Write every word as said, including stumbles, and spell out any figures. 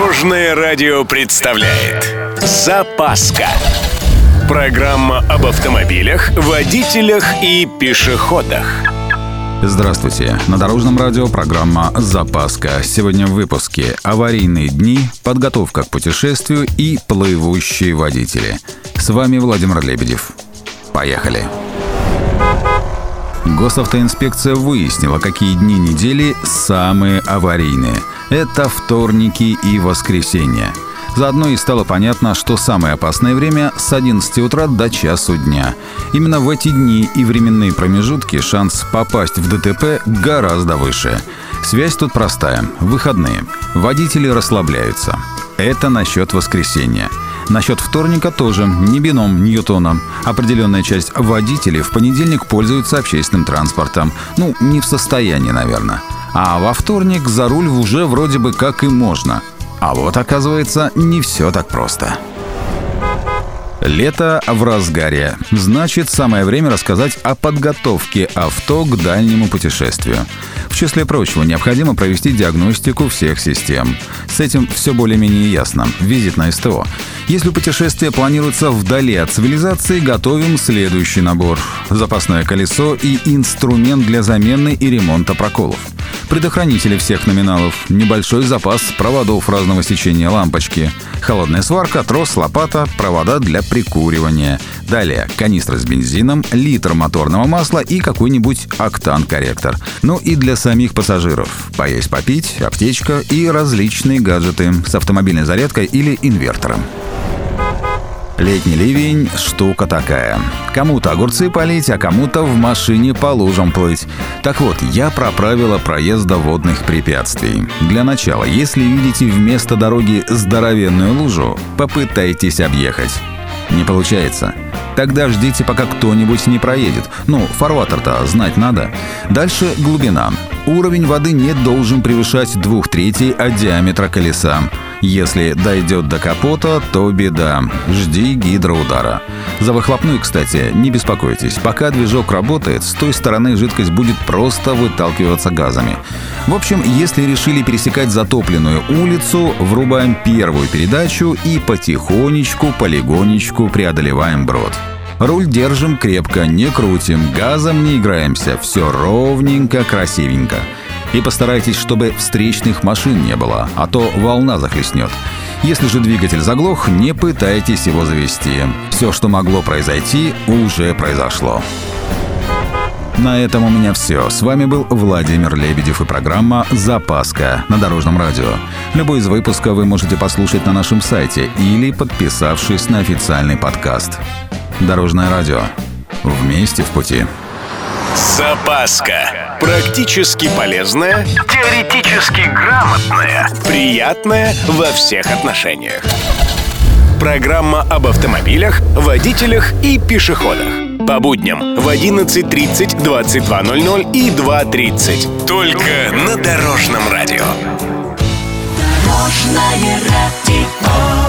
Дорожное радио представляет «Запаска». Программа об автомобилях, водителях и пешеходах. Здравствуйте. На Дорожном радио программа «Запаска». Сегодня в выпуске аварийные дни, подготовка к путешествию и плывущие водители. С вами Владимир Лебедев. Поехали. Госавтоинспекция выяснила, какие дни недели самые аварийные. Это вторники и воскресенья. Заодно и стало понятно, что самое опасное время с одиннадцати утра до часу дня. Именно в эти дни и временные промежутки шанс попасть в ДТП гораздо выше. Связь тут простая. Выходные. Водители расслабляются. Это насчет воскресенья. Насчет вторника тоже не бином Ньютона. Определенная часть водителей в понедельник пользуются общественным транспортом. Ну, не в состоянии, наверное. А во вторник за руль уже вроде бы как и можно. А вот, оказывается, не все так просто. Лето в разгаре. Значит, самое время рассказать о подготовке авто к дальнему путешествию. В числе прочего, необходимо провести диагностику всех систем. С этим все более-менее ясно. Визит на СТО. Если путешествие планируется вдали от цивилизации, готовим следующий набор. Запасное колесо и инструмент для замены и ремонта проколов. Предохранители всех номиналов, небольшой запас проводов разного сечения лампочки, холодная сварка, трос, лопата, провода для прикуривания. Далее канистра с бензином, литр моторного масла и какой-нибудь октан-корректор. Ну и для самих пассажиров поесть, попить, аптечка и различные гаджеты с автомобильной зарядкой или инвертором. Летний ливень – штука такая. Кому-то огурцы полить, а кому-то в машине по лужам плыть. Так вот, я про правила проезда водных препятствий. Для начала, если видите вместо дороги здоровенную лужу, попытайтесь объехать. Не получается? Тогда ждите, пока кто-нибудь не проедет. Ну, фарватер-то знать надо. Дальше глубина. Уровень воды не должен превышать двух третей от диаметра колеса. Если дойдет до капота, то беда. Жди гидроудара. За выхлопную, кстати, не беспокойтесь. Пока движок работает, с той стороны жидкость будет просто выталкиваться газами. В общем, если решили пересекать затопленную улицу, врубаем первую передачу и потихонечку, полигонечку преодолеваем брод. Руль держим крепко, не крутим, газом не играемся. Все ровненько, красивенько. И постарайтесь, чтобы встречных машин не было, а то волна захлестнет. Если же двигатель заглох, не пытайтесь его завести. Все, что могло произойти, уже произошло. На этом у меня все. С вами был Владимир Лебедев и программа «Запаска» на Дорожном радио. Любой из выпусков вы можете послушать на нашем сайте или подписавшись на официальный подкаст. Дорожное радио. Вместе в пути. Запаска. Практически полезная, теоретически грамотная, приятная во всех отношениях. Программа об автомобилях, водителях и пешеходах. По будням в одиннадцать тридцать, двадцать два ноль ноль и два тридцать. Только на Дорожном радио. Дорожное радио.